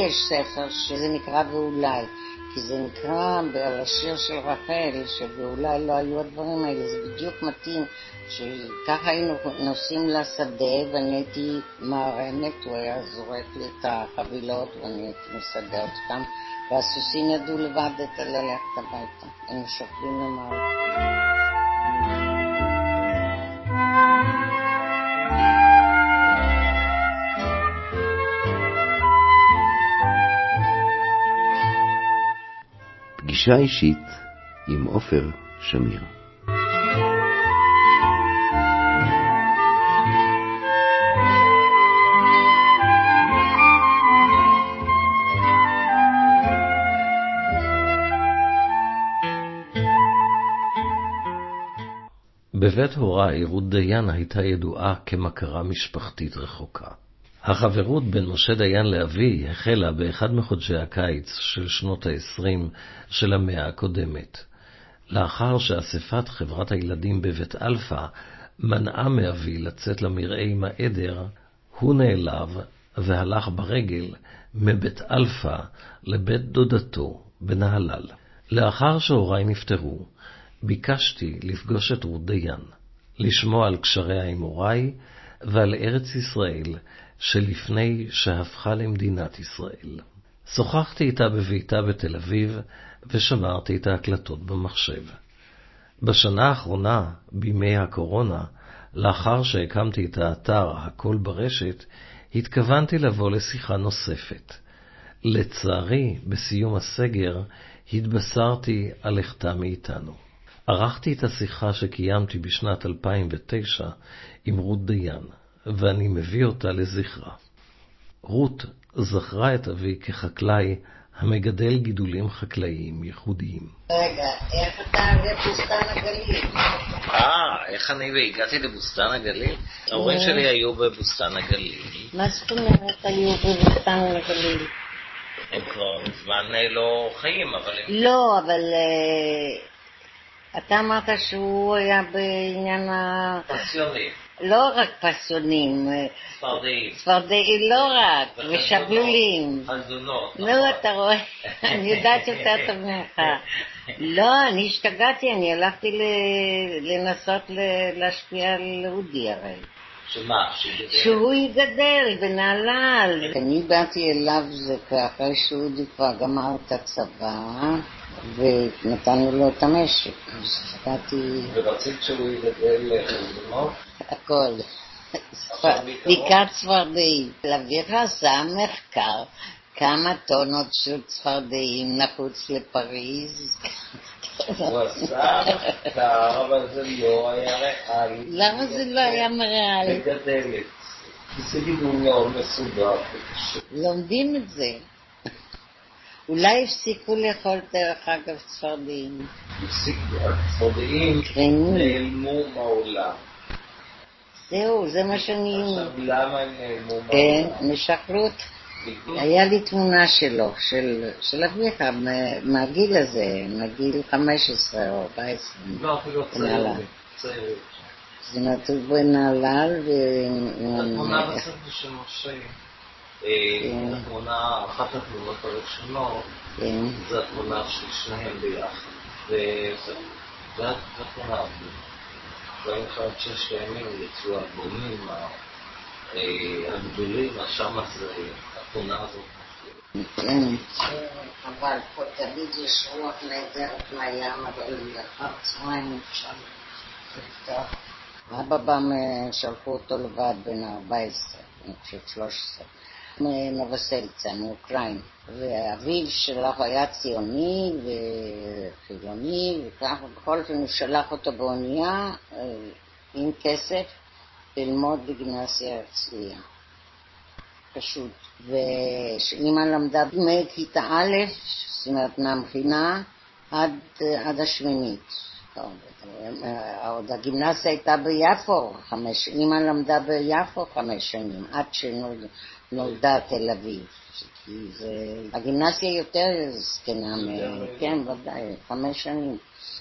יש ספר שזה נקרא ואולי, כי זה נקרא על השיר של רחל, שבאולי לא היו הדברים האלה, זה בדיוק מתאים, שככה היינו נוסעים לשדה ואני הייתי מערמת, הוא היה זורק לי את החבילות ואני הייתי מסדרת אותם, והסוסים ידעו לבד את ללכת הביתה, הם שוקלים למעלה. פגישה אישית עם עופר שמיר. בבית הוריי רות דיין הייתה ידועה כמכרה משפחתית רחוקה. החברות בין משה דיין לאבי החלה באחד מחודשי הקיץ של שנות ה-20 של המאה הקודמת. לאחר שאספת חברת הילדים בבית אלפא מנעה מאבי לצאת למרעה עם העדר, הוא נעלב והלך ברגל מבית אלפא לבית דודתו בנהלל. לאחר שהוריי נפטרו, ביקשתי לפגוש את רות דיין, לשמוע על קשריה עם הוריי ועל ארץ ישראל שלפני שהפכה למדינת ישראל. שוחחתי איתה בביתה בתל אביב ושמרתי את ההקלטות במחשב. בשנה האחרונה, בימי הקורונה, לאחר שהקמתי את האתר הכל ברשת, התכוונתי לבוא לשיחה נוספת. לצערי, בסיום הסגר, התבשרתי על לכתה מאיתנו. ערכתי את השיחה שקיימתי בשנת 2009 עם רות דיין, ואני מביא אותה לזכרה. רות זכרה את אבי כחקלאי המגדל גידולים חקלאיים ייחודיים. רגע, איך אתה לבוסתן הגליל? איך אני והגעתי לבוסתן הגליל? ההורים שלי היו בבוסתן הגליל. מה זאת אומרת היו בבוסתן הגליל? הם כבר מזמן לא חיים, אבל הם... לא, אבל אתה אמרת שהוא היה בעניין פסיונים. לא רק פסיונים. ספרדיים, לא רק, ושבלולים. חזונות. לא, אתה רואה, אני יודעת יותר טוב ממך. לא, אני השתגעתי, אני הלכתי לנסות להשפיע על אודי הרי. שמה? שהוא יגדל בנהלל. אני באתי אליו זה אחרי שאודי כבר גמר את הצבא ונתנו לו את המשק. אז באתי... ורצית שהוא יגדל חזונות? הכל. בעיקר צפרדעים. לביך עשה מחקר כמה טונות של צפרדעים נחוץ לפריז. הוא עשה מחקר, אבל זה לא היה ריאלי. למה זה לא היה ריאלי? מגדלת. זה גידול מאוד מסודר. לומדים את זה. אולי הפסיקו לאכול דרך אגב צפרדעים. הפסיקו, הצפרדעים נעלמו מהעולם. זהו, זה מה שאני... עכשיו למה הם נעלמו מהעולם? כן, נשחרות. היה לי תמונה שלו, של אביך, מהגיל הזה, מהגיל 15 או 14. לא, אפילו צעיר. זה נתוב בנהלל התמונה בספר של משה, התמונה, אחת התמונות הראשונות, זה התמונה של שניהם ביחד. זה התמונה. זה אחד שש ימים יצאו הגורמים הגדולים, שם זה התמונה הזאת. כן, אבל פה תמיד יש רוח נהדרת מהים, אבל לאחר צהריים אפשר לפתוח. אבא בא, שלחו אותו לבד בין 14, אני חושב 13, מנובוסלצה, מאוקראין. ואביו שלח היה ציוני וחילוני, וככה בכל אופן הוא שלח אותו באונייה עם כסף ללמוד בגימנסיה הרצליה. פשוט. ושאמא למדה מכיתה א', זאת אומרת מהמכינה עד השמינית. עוד הגימנסיה הייתה ביפו 5, אמא למדה ביפו 5 שנים, עד שנולדה תל אביב. כי הגימנסיה יותר זקנה, כן, ודאי, 5 שנים.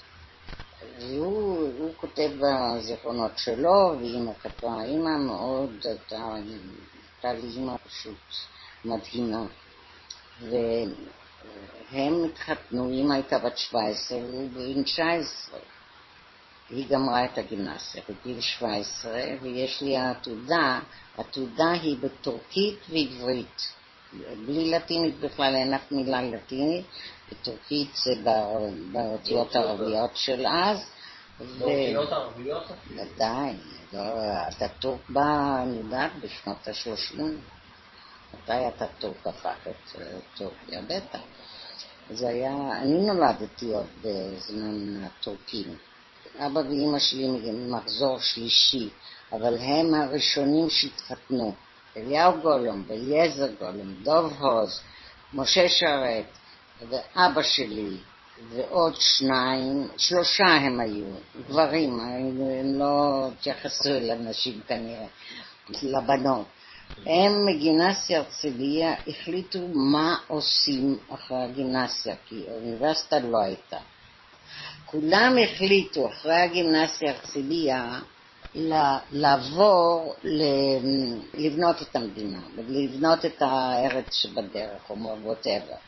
הוא כותב בזיכרונות שלו, ואמא כתבה, אמא מאוד הייתה לי אמא פשוט מדהימה. והם התחתנו, אמא הייתה בת 17 והוא בן 19. היא גמרה את הגימנסיה בגיל 17, ויש לי התעודה היא בטורקית ועברית. בלי לטינית בכלל, אין אף מילה לטינית. בטורקית זה באותיות הערביות של אז. באותיות הערביות? ודאי, הטורק בא, אני יודעת, בשנות ה-30. מתי הטורק הפך את טורקיה? בטח. זה היה, אני נולדתי עוד בזמן הטורקים. אבא ואמא שלי מחזור שלישי, אבל הם הראשונים שהתחתנו. אליהו גולום, אליעזר גולום, דוב הוז, משה שרת, ואבא שלי, ועוד שלושה הם היו, גברים, הם לא התייחסו אל אנשים כנראה, לבנות. הם מגימנסיה הרצליה החליטו מה עושים אחרי הגימנסיה, כי האוניברסיטה לא הייתה. כולם החליטו אחרי הגימנסיה הרצליה לעבור לבנות את המדינה, לבנות את הארץ שבדרך, או whatever.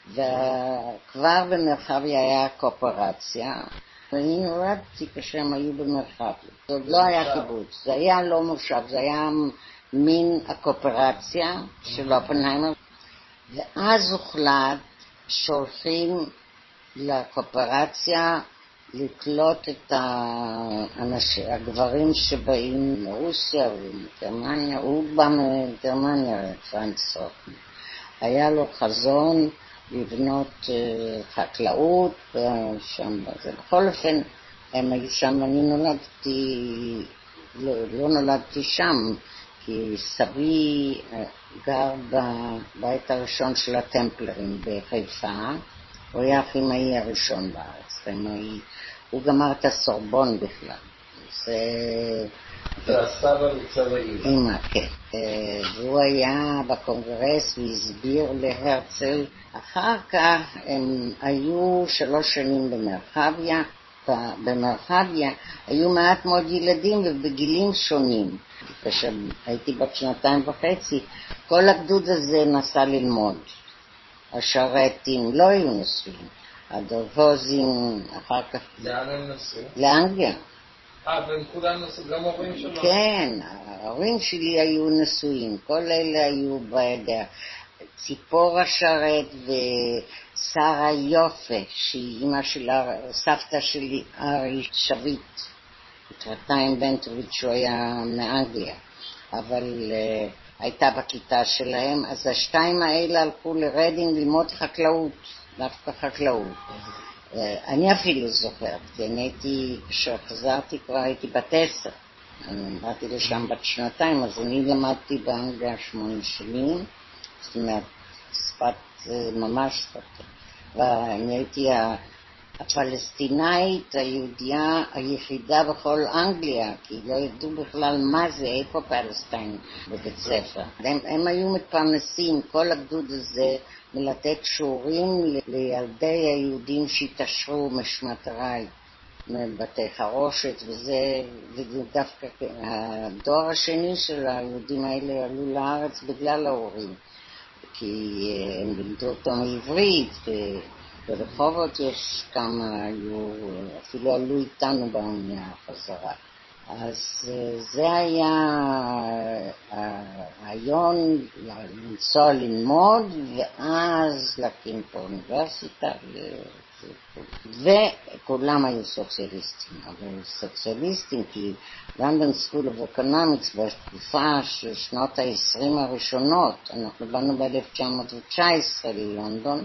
וכבר במרחביה היה קואופרציה, ואני נולדתי כשהם היו במרחביה. זה עוד לא היה קיבוץ, זה היה לא מושב, זה היה מין הקואופרציה של אופנהיימר. ואז הוחלט שולחים לקואופרציה לקלוט את הגברים שבאים מרוסיה ומגרמניה. הוא בא מגרמניה, פרנץ רוטמן. היה לו חזון לבנות חקלאות שם. בכל אופן, הם היו שם, אני נולדתי, לא נולדתי שם, כי סבי גר בבית הראשון של הטמפלרים בחיפה. הוא היה הכימאי הראשון בארץ, הוא גמר את הסורבון בכלל. והסבא לצבאי. אמא, כן. והוא היה בקונגרס והסביר להרצל. אחר כך הם היו 3 שנים במרחביה. במרחביה היו מעט מאוד ילדים ובגילים שונים. כאשר הייתי בת 2.5, כל הגדוד הזה נסע ללמוד. השרתים לא היו נשואים, הדובוזים אחר כך... לאן הם נסעו? לאנגליה. והם כולם נסעו, גם הורים שלו? כן, ההורים שלי היו נשואים, כל אלה היו בידע. ציפורה שרת ושרה יופה, שהיא אמא של סבתא שלי, ארי שביט, התחתנה עם בנטוביץ' שהוא היה מאנגליה, אבל... הייתה בכיתה שלהם, אז השתיים האלה הלכו לרדינג ללמוד חקלאות, דווקא חקלאות. אני אפילו זוכרת, כי אני הייתי, כשחזרתי כבר הייתי בת 10, אני באתי לשם בת 2, אז אני למדתי באנגליה 8 שנים, זאת אומרת, שפת, ממש שפת, ואני הייתי הפלסטינאית היהודייה היחידה בכל אנגליה, כי לא ידעו בכלל מה זה, איפה פלסטין בבית ספר. הם היו מתפרנסים, כל הגדוד הזה, מלתת שיעורים לילדי היהודים שהתעשרו משמטראי, מבתי חרושת, וזה דווקא הדור השני של היהודים האלה עלו לארץ בגלל ההורים, כי הם לימדו אותם עברית, ברחובות יש כמה, אפילו עלו איתנו באונייה חזרה. אז זה היה הרעיון לנסוע ללמוד ואז להקים פה אוניברסיטה, וכולם היו סוציאליסטים, אבל סוציאליסטים כי לונדון סקול אוף אקונומיקס בתקופה של שנות ה-20 הראשונות, אנחנו באנו ב-1919 ללונדון,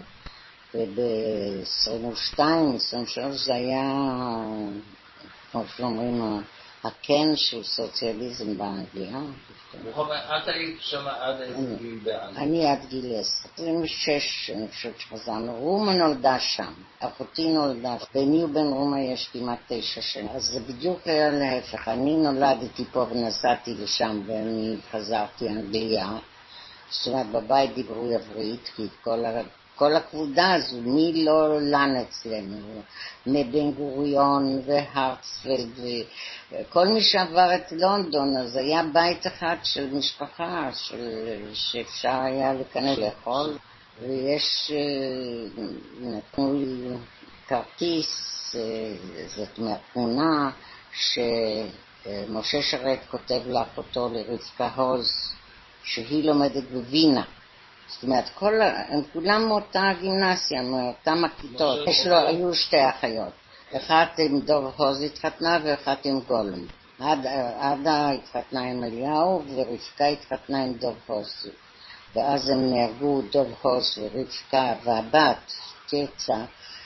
וב-22, 23 זה היה, כמו שאומרים, הקן של סוציאליזם באנגליה. את היית שם עד איזה גיל באנגליה? אני עד גיל 10. 26, אני חושבת שחזרנו. רומה נולדה שם, אחותי נולדה. ביני ובין רומה יש כמעט 9 שנים. אז זה בדיוק היה להפך. אני נולדתי פה ונסעתי לשם ואני חזרתי אנגליה. זאת אומרת, בבית דיברו עברית, כי כל הכבודה הזו, מי לא לן אצלנו, מבן גוריון והרצפלד וכל מי שעבר את לונדון, אז היה בית אחד של משפחה שאפשר היה להיכנס לאכול. ויש, נתנו לי כרטיס, זאת מהתמונה שמשה שרת כותב לאחותו לרבקה הוז, שהיא לומדת בווינה. זאת אומרת, הם כולם מאותה גימנסיה, מאותם הכיתות. היו שתי אחיות. אחת עם דוב הוז התחתנה ואחת עם גולם. עדה התחתנה עם אליהו ורבקה התחתנה עם דוב הוז. ואז הם נהרגו, דוב הוז ורבקה והבת, תרצה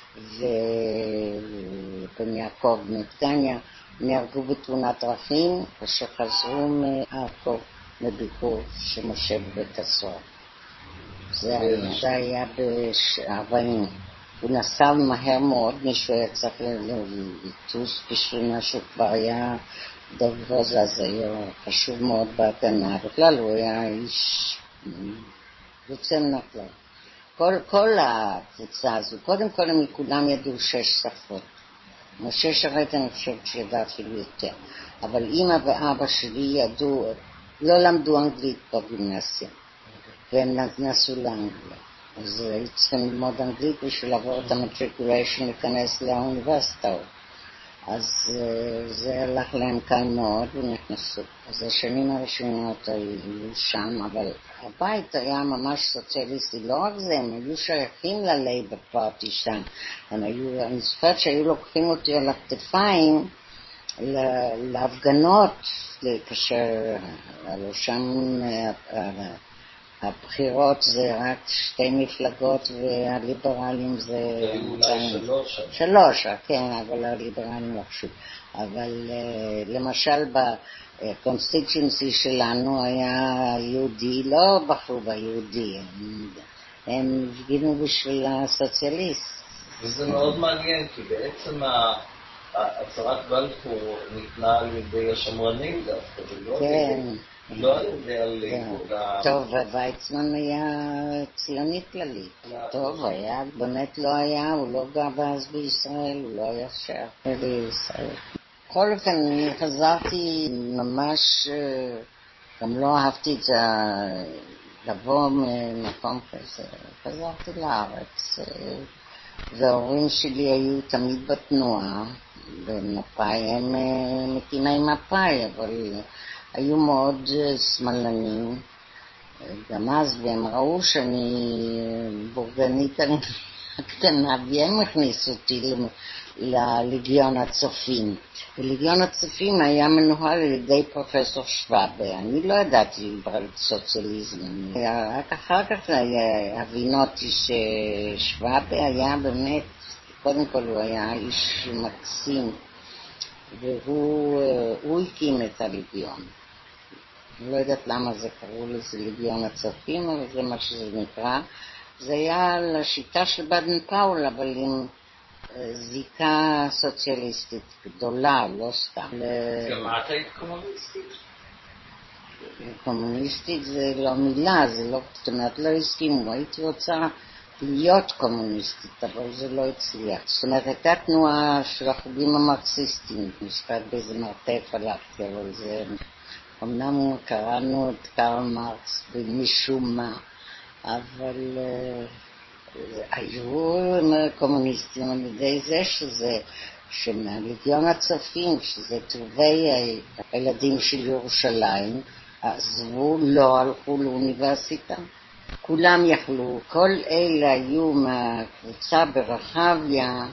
ובן יעקב מדגניה, נהרגו בתאונת דרכים ושחזרו מעכו לביקור שמשה בבית הסוהר. זה היה ב-40. הוא נסע מהר מאוד, מישהו היה צריך לטוס בשביל משהו, כבר היה דוב הוז, אז היה חשוב מאוד בהגנה. בכלל הוא היה איש יוצא מן הכלל. כל הקבוצה הזו, קודם כל הם כולם ידעו 6 שפות. משה שרת אני חושבת שידע אפילו יותר. אבל אמא ואבא שלי ידעו, לא למדו אנגלית בגימנסיה. והם נסעו לאנגליה. אז היו צריכים ללמוד אנגלית בשביל לעבור את המטריקוליישן להיכנס לאוניברסיטאות. אז זה הלך להם קל מאוד ונכנסו. אז השנים הראשונות היו שם, אבל הבית היה ממש סוציאליסטי. לא רק זה, הם היו שייכים ללייבר פארטי שם. אני זוכרת שהיו לוקחים אותי על הכתפיים להפגנות, כאשר שם הבחירות זה רק 2 מפלגות והליברלים זה... אולי 3, כן, אבל הליברלים לא חשוב. אבל למשל בקונסטיטואנסי שלנו היה יהודי, לא בחרו ביהודי, הם הפגינו בשביל הסוציאליסט. וזה מאוד מעניין, כי בעצם הצהרת בלפור ניתנה על ידי השמרנים דווקא, לא על ידי הליכוד. טוב, ויצמן היה ציוני כללי. טוב, היה, באמת לא היה, הוא לא גר אז בישראל, הוא לא היה שייך בישראל. בכל אופן, אני חזרתי ממש, גם לא אהבתי את זה, לבוא ממקום כזה. חזרתי לארץ, וההורים שלי היו תמיד בתנועה, במפאי, הם מקימי מפאי, אבל היו מאוד שמאלנים, גם אז, והם ראו שאני בורגנית הקטנה, והם הכניסו אותי לליגיון הצופים. וליגיון הצופים היה מנוהל על ידי פרופסור שוואבה. אני לא ידעתי על סוציאליזם. רק אחר כך הבינותי ששוואבה היה באמת, קודם כל הוא היה איש מקסים, והוא הקים את הליגיון. אני לא יודעת למה זה קראו לזה ליגיון הצופים, אבל זה מה שזה נקרא. זה היה על השיטה של בדן פאול, אבל עם זיקה סוציאליסטית גדולה, לא סתם. גם את היית קומוניסטית? קומוניסטית זה לא מילה, זה לא, זאת אומרת, לא הסכימו. הייתי רוצה להיות קומוניסטית, אבל זה לא הצליח. זאת אומרת, הייתה תנועה של החוגים המרקסיסטיים, משפט באיזה מרתף הלכתי, אבל זה... אמנם קראנו את קרל מרקס במשום מה, אבל היו קומוניסטים על ידי זה שמהליגיון הצופים, שזה טובי הילדים של ירושלים, עזבו, לא הלכו לאוניברסיטה. כולם יכלו, כל אלה היו מהקבוצה ברחביה,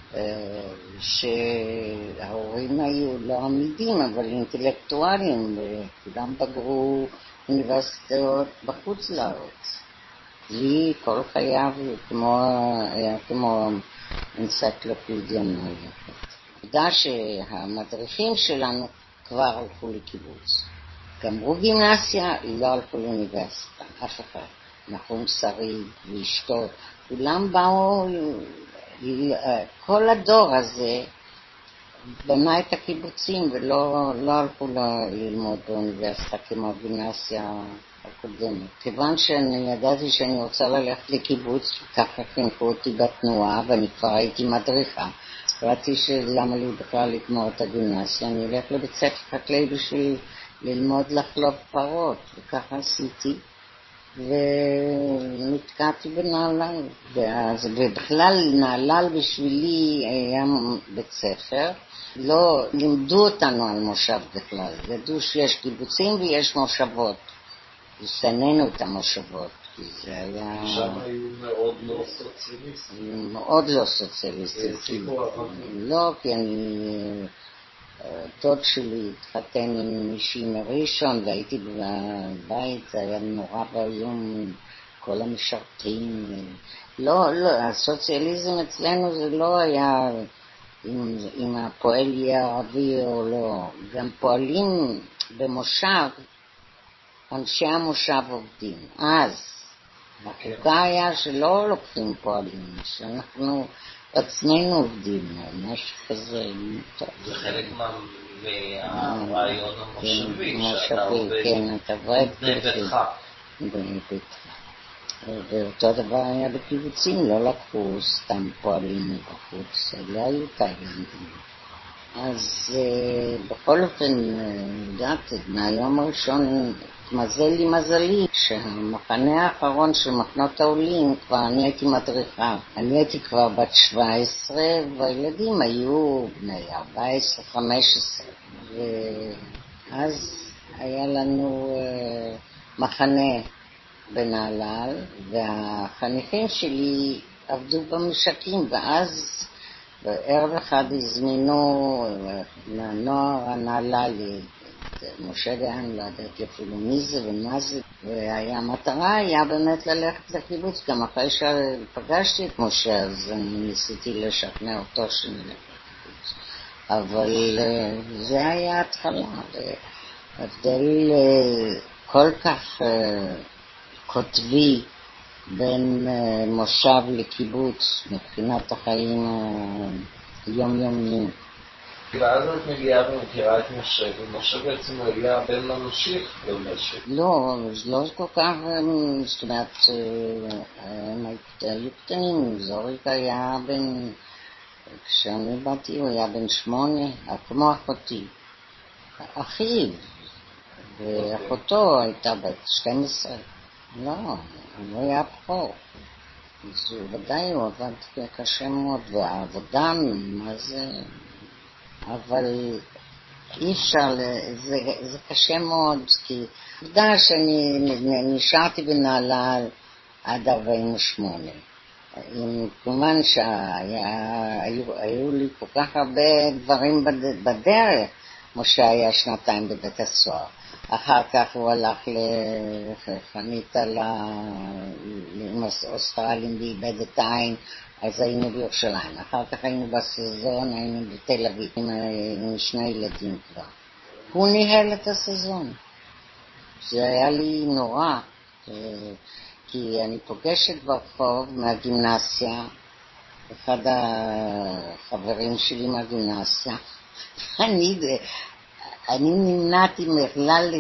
שההורים היו לא עמידים, אבל אינטלקטואלים, וכולם בגרו אוניברסיטאות בחוץ לארץ. לי כל חייו היה כמו אנציקלופדיה מערכת. ידע שהמדריכים שלנו כבר הלכו לקיבוץ. גמרו גימנסיה, לא הלכו לאוניברסיטה, אף אחד. נחום שריד ואשתו, כולם באו, כל הדור הזה בנה את הקיבוצים ולא הלכו ללמוד באוניברסיטה כמו גימנסיה הקודמת. כיוון שאני ידעתי שאני רוצה ללכת לקיבוץ, ככה חינכו אותי בתנועה ואני כבר הייתי מדריכה. ראיתי שלמה לי בכלל לגמור את הגימנסיה, אני הולך לבית ספר חקלאי בשביל ללמוד לחלוב פרות, וככה עשיתי. ונתקעתי בנהלל. ובכלל נהלל בשבילי היה בית ספר. לא לימדו אותנו על מושב בכלל. ידעו שיש קיבוצים ויש מושבות. הסננו את המושבות. כי זה היה... שם היו מאוד לא סוציאליסטים. מאוד לא סוציאליסטים. לא, כי דוד שלי התחתן עם מישהי מראשון, והייתי בבית, זה היה נורא ואיום, כל המשרתים. לא, הסוציאליזם אצלנו זה לא היה אם הפועל יהיה ערבי או לא. גם פועלים במושב, אנשי המושב עובדים. אז החוקה היה שלא לוקחים פועלים, שאנחנו עצמנו עובדים, משהו כזה. זה חלק מהרעיון המושבי, שאתה עובד בני ביתך. בני ביתך. ואותו דבר היה בקיבוצים, לא לקחו סתם פועלים מבחוץ, לא היו תאילנדים. אז בכל אופן, יודעת, מהיום הראשון מזלי, שהמחנה האחרון של מחנות העולים, כבר אני הייתי מדריכה. אני הייתי כבר בת 17, והילדים היו בני 14, 15. ואז היה לנו מחנה בנהלל, והחניכים שלי עבדו במשקים, ואז בערב אחד הזמינו מהנוער הנהללי, משה דיין, לא ידעתי אפילו מי זה ומה זה, והמטרה היה באמת ללכת לקיבוץ. גם אחרי שפגשתי את משה, אז אני ניסיתי לשכנע אותו שנלך לקיבוץ. אבל זה היה התחלה, הבדל כל כך כותבי בין מושב לקיבוץ מבחינת החיים היומיומיים. ואז את מגיעה ומכירה את משה, ומשה בעצם היה בן ממשיך במשק. לא, לא כל כך, זאת אומרת, הם היו קטנים. זוריק היה בן, כשאני באתי הוא היה בן 8, כמו אחותי. אחיו, ואחותו הייתה בת 12. לא, הוא היה בכור. אז ודאי הוא עבד קשה מאוד, והעבודה, מה זה... אבל אי אפשר, זה קשה מאוד, כי עובדה שאני נשארתי בנהלל עד 48. כמובן שהיו לי כל כך הרבה דברים בדרך. משה היה 2 בבית הסוהר. אחר כך הוא הלך לחניתה עם האוסטרלים ואיבד את העין, אז היינו בירושלים. אחר כך היינו בסזון, היינו בתל אביב עם 2 ילדים כבר. הוא ניהל את הסזון. זה היה לי נורא, כי אני פוגשת ברחוב מהגימנסיה, אחד החברים שלי מהגימנסיה, אני נמנעתי בכלל,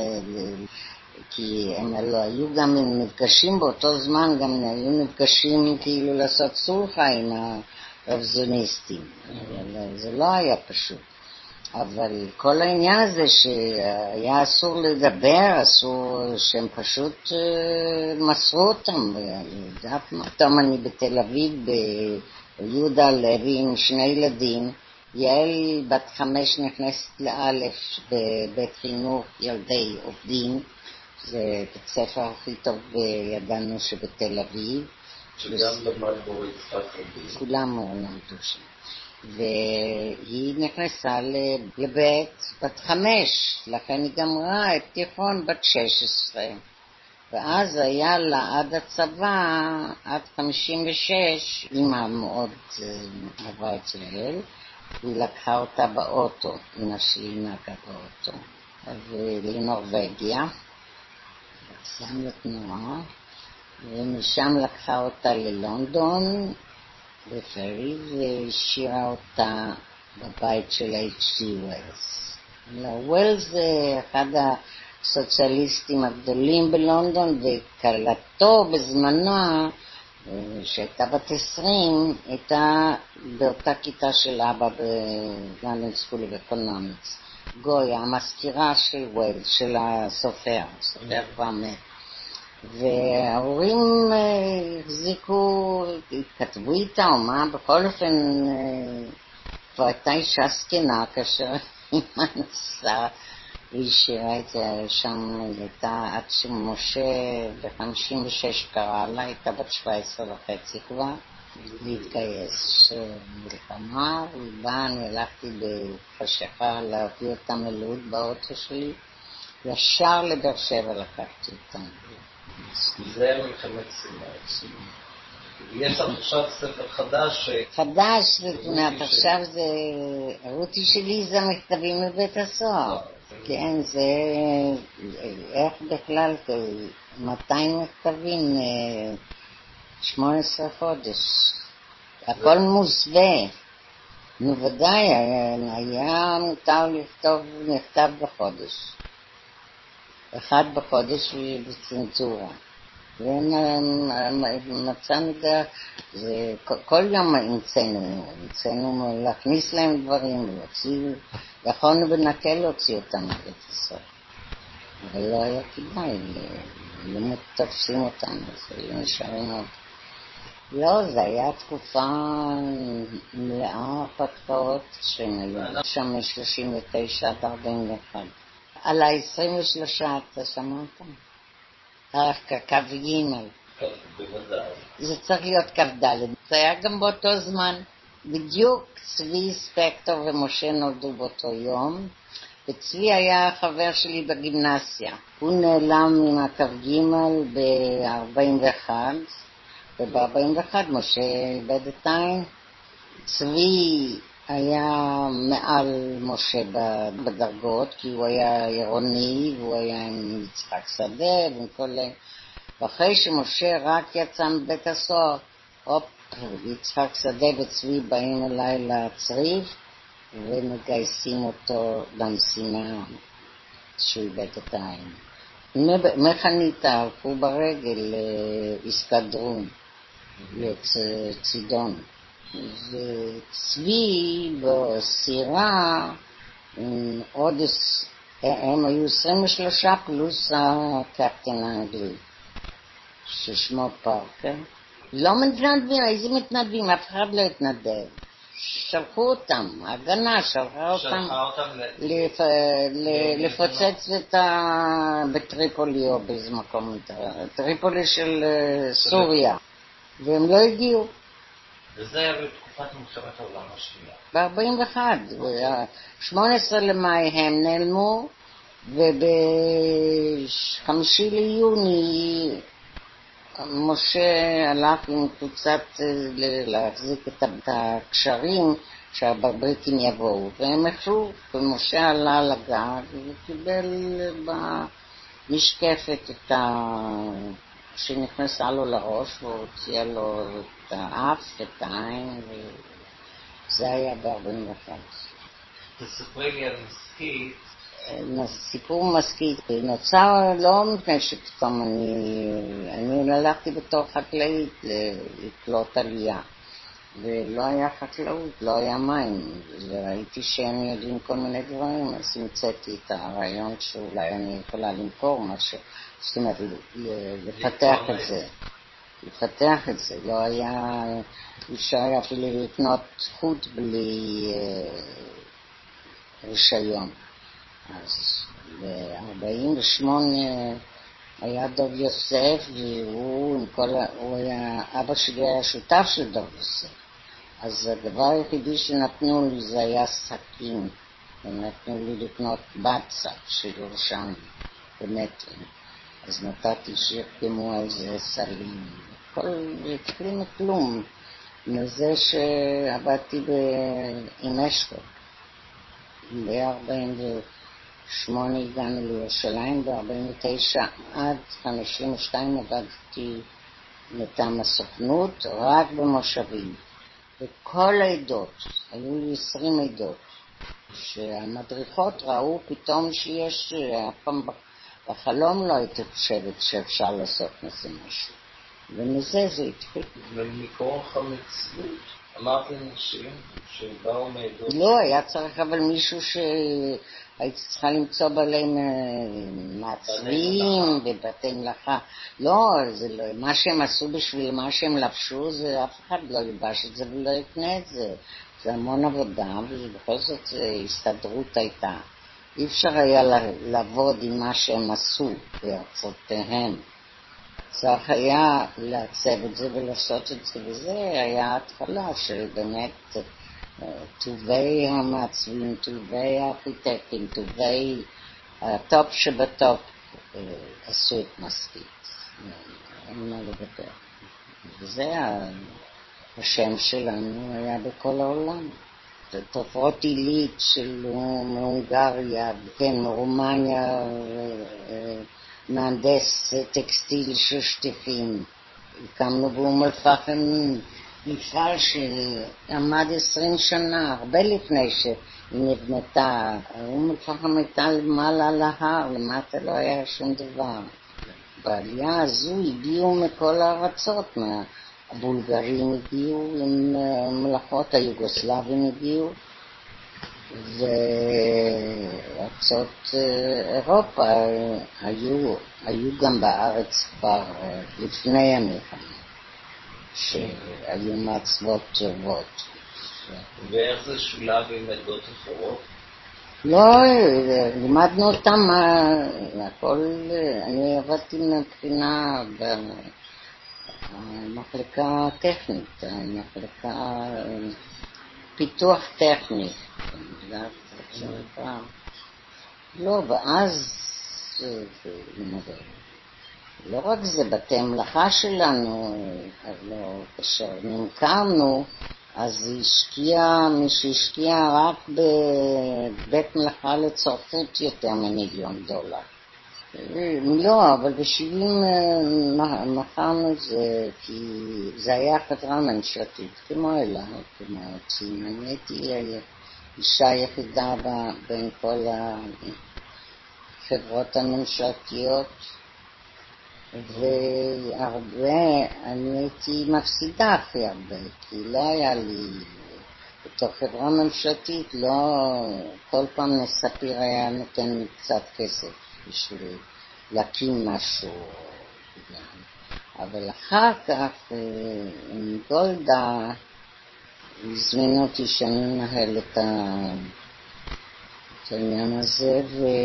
כי הם לא היו גם נפגשים באותו זמן, גם היו נפגשים כאילו לעשות סולחה עם הרוויזיוניסטים. זה לא היה פשוט. אבל כל העניין הזה שהיה אסור לדבר, אסור, שהם פשוט מסרו אותם. יודעת מה? פתאום אני בתל אביב, ביהודה לוי עם 2 ילדים, יעל בת 5 נכנסת לאלף בבית חינוך ילדי עובדים, זה בית ספר הכי טוב ידענו שבתל אביב. שגם למד בו יצחק רבין. כולם למדו שם. והיא נכנסה לבית בת 5, לכן היא גמרה את תיכון בת 16. ואז היה לה עד הצבא, עד 56, אמא מאוד אהבה את ישראל, היא לקחה אותה באוטו, אמא שלי נהגה באוטו, לנורווגיה, שם לתנועה, ומשם לקחה אותה ללונדון, בפרי, והשאירה אותה בבית של H.G. ווילס. ווילס זה אחד הסוציאליסטים הגדולים בלונדון, וקלתו בזמנה, שהייתה בת 20, הייתה באותה כיתה של אבא בלונדון סקול אוף אקונומיקס. גויה, המזכירה של ווילס, של הסופר, הסופר כבר מת. וההורים החזיקו, התכתבו איתה או מה, בכל אופן כבר הייתה אישה זקנה כאשר אמא נסעה והשאירה את זה שם, הייתה עד שמשה ב-56 קרא לה, הייתה בת 17.5 כבר, להתגייס מלחמה, ובאה, אני הלכתי בחשיכה להביא אותם ללוד באוטו שלי, ישר לבאר שבע לקחתי אותם. זה מלחמת סיני. יש עכשיו ספר חדש. חדש, עכשיו זה רותי שלי, זה מכתבים מבית הסוהר. כן, זה איך בכלל, 200 מכתבים, 18 חודש. הכל מוסווה. נו ודאי, היה מותר לכתוב מכתב בחודש. אחד בחודש בצנזורה. ומצאנו זה כל יום המצאנו להכניס להם דברים, יכולנו בנקל להוציא אותם מבית הסוהר. אבל לא היה כדאי, לא תופסים אותם, אז היו נשארים עוד. לא, זה היה תקופה מלאה הרפתקאות שהם היו שם מ-39 עד 41. על ה-23 אתה שמעת? כ"ג. בוודאי. זה צריך להיות כ"ד. זה היה גם באותו זמן. בדיוק צבי ספקטור ומשה נולדו באותו יום, וצבי היה חבר שלי בגימנסיה. הוא נעלם עם הכ"ג ב-41, וב-41 משה איבד את העין. צבי היה מעל משה בדרגות, כי הוא היה עירוני, והוא היה עם יצחק שדה ועם כל... ואחרי שמשה רק יצא מבית הסוהר, יצחק שדה וצבי באים אליי לצריף, ומגייסים אותו למשימה שהוא איבד את העין. מחניתה הלכו ברגל, הסתדרו לצידון. וצבי בסירה, עוד הם היו 23 פלוס הקפטן האנגלי, ששמו פארקר. לא מתנדבים, איזה מתנדבים? אף אחד לא התנדב. שלחו אותם, ההגנה שלחה אותם לפוצץ בטריפולי או באיזה מקום, טריפולי של סוריה, והם לא הגיעו. וזה היה בתקופת מלחמת העולם השנייה. ב-41, ב-18 למאי הם נעלמו, וב-5 ליוני משה הלך עם קבוצת להחזיק את הקשרים שהבריטים יבואו, והם החלו, ומשה עלה לגג וקיבל במשקפת את שנכנסה לו לראש, והוציאה לו את האף, את העין, וזה היה ב-41. תספרי לי על מסכית. סיפור מסכית נוצר לא מפני שפתאום אני הלכתי בתור חקלאית לקלוט עלייה, ולא היה חקלאות, לא היה מים, וראיתי שהם יודעים כל מיני דברים, אז המצאתי את הרעיון שאולי אני יכולה למכור משהו, זאת אומרת לפתח את זה, לא היה אפשר אפילו לקנות חוט בלי רישיון. אז ב-48 היה דוב יוסף, והוא היה, אבא שלי היה שותף של דוב יוסף. אז הדבר היחידי שנתנו לי זה היה סכין, ונתנו לי לקנות בצע של ירושם במטרים. אז נתתי שירקמו על זה סלים. זה התחיל מכלום, מזה שעבדתי עם אשכול. ב-48 הגענו לירושלים, ב-49 עד 52 עבדתי מטעם הסוכנות, רק במושבים. וכל העדות, היו לי 20 עדות, שהמדריכות ראו פתאום שיש, הפעם בחלום לא הייתי חושבת שאפשר לעשות מזה משהו. ומזה זה התחיל. ומכוח המצוות אמרתי נשים שבאו מעדות? לא, היה צריך אבל מישהו הייתי צריכה למצוא בעלי מעצבים ובתי מלאכה. לא, זה לא, מה שהם עשו בשביל מה שהם לבשו, זה אף אחד לא ילבש את זה ולא יקנה את זה. זה המון עבודה, ובכל זאת הסתדרות הייתה. אי אפשר היה לעבוד עם מה שהם עשו בארצותיהם. צריך היה לעצב את זה ולעשות את זה, וזה היה התחלה של באמת טובי המעצבים, טובי הארכיטקטים, טובי הטופ שבטופ עשו את מספיק. אין מה לדבר. וזה השם שלנו היה בכל העולם. תופרות עילית של מהונגריה, כן, מרומניה, מהנדס טקסטיל של שטיחים. הקמנו באום אל-פחם מפעל שעמד 20 שנה, הרבה לפני שהיא נבנתה. אום אל-פחם הייתה למעלה על ההר, למטה לא היה שום דבר. בעלייה הזו הגיעו מכל הארצות, הבולגרים הגיעו עם מלאכות, היוגוסלבים הגיעו, וארצות אירופה היו גם בארץ כבר לפני המלחמה, שהיו מעצבות טובות. ואיך זה שולב עם עדות אחרות? לא, לימדנו אותם הכל. אני עבדתי מבחינה במחלקה טכנית, מחלקה פיתוח טכני. לא, ואז לא רק זה, בתי מלאכה שלנו, כאשר נמכרנו, אז מי שהשקיע רק בבית מלאכה לצרפות יותר $1,000,000. לא, אבל ב-70 מכרנו את זה, כי זה היה חברה ממשלתית, כמו אלה, כמו צים. אני הייתי אישה יחידה בין כל החברות הממשלתיות, והרבה, אני הייתי מפסידה הכי הרבה, כי לא היה לי, בתוך חברה ממשלתית, לא, כל פעם נספיר היה נותן לי קצת כסף בשביל להקים משהו. אבל אחר כך, עם גולדה, הזמינו אותי שאני מנהל את העניין הזה,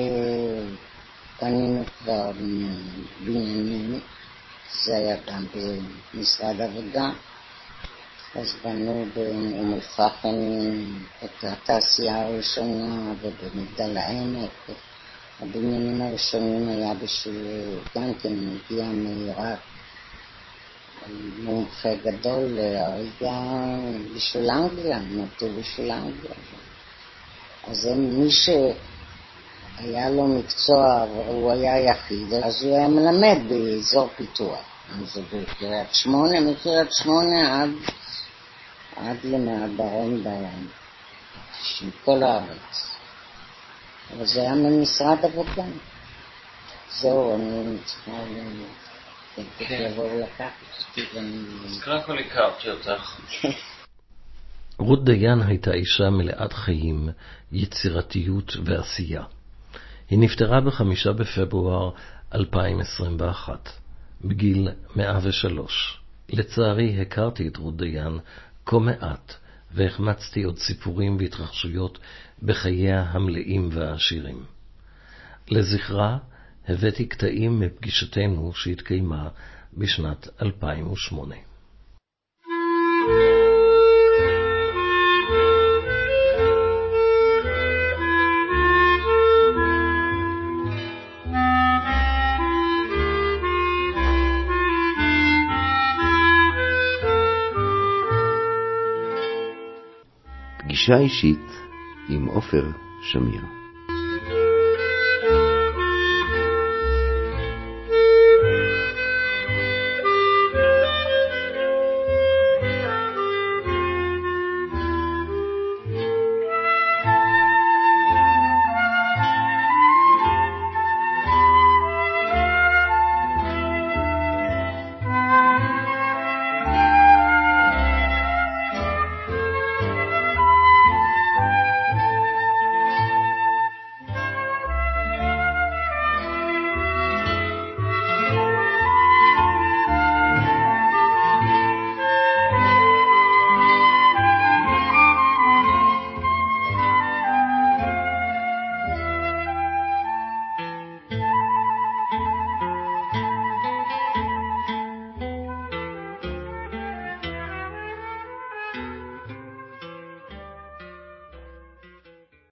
בנינו כבר בניינים, זה היה גם במשרד עבודה, אז בנו באום אל-פחם את התעשייה הראשונה ובמגדל העמק. הבניינים הראשונים היה בשביל, גם כן הגיע מעיראק, מומחה גדול להריגה בשביל אנגליה, נתו בשביל אנגליה. אז מי היה לו מקצוע והוא היה יחיד, אז הוא היה מלמד באזור פיתוח. אז בקריית שמונה, מקריית שמונה עד למעברון בים, של כל הארץ. אבל זה היה ממשרד עבודה. זהו, אני צריכה לבוא לקחת אותי ואני... אז קודם כל הכרתי אותך. רות דיין הייתה אישה מלאת חיים, יצירתיות ועשייה. היא נפטרה ב5 בפברואר 2021, בגיל 103. לצערי הכרתי את רות דיין כה מעט, והחמצתי עוד סיפורים והתרחשויות בחייה המלאים והעשירים. לזכרה הבאתי קטעים מפגישתנו שהתקיימה בשנת 2008. פגישה אישית עם עופר שמיר.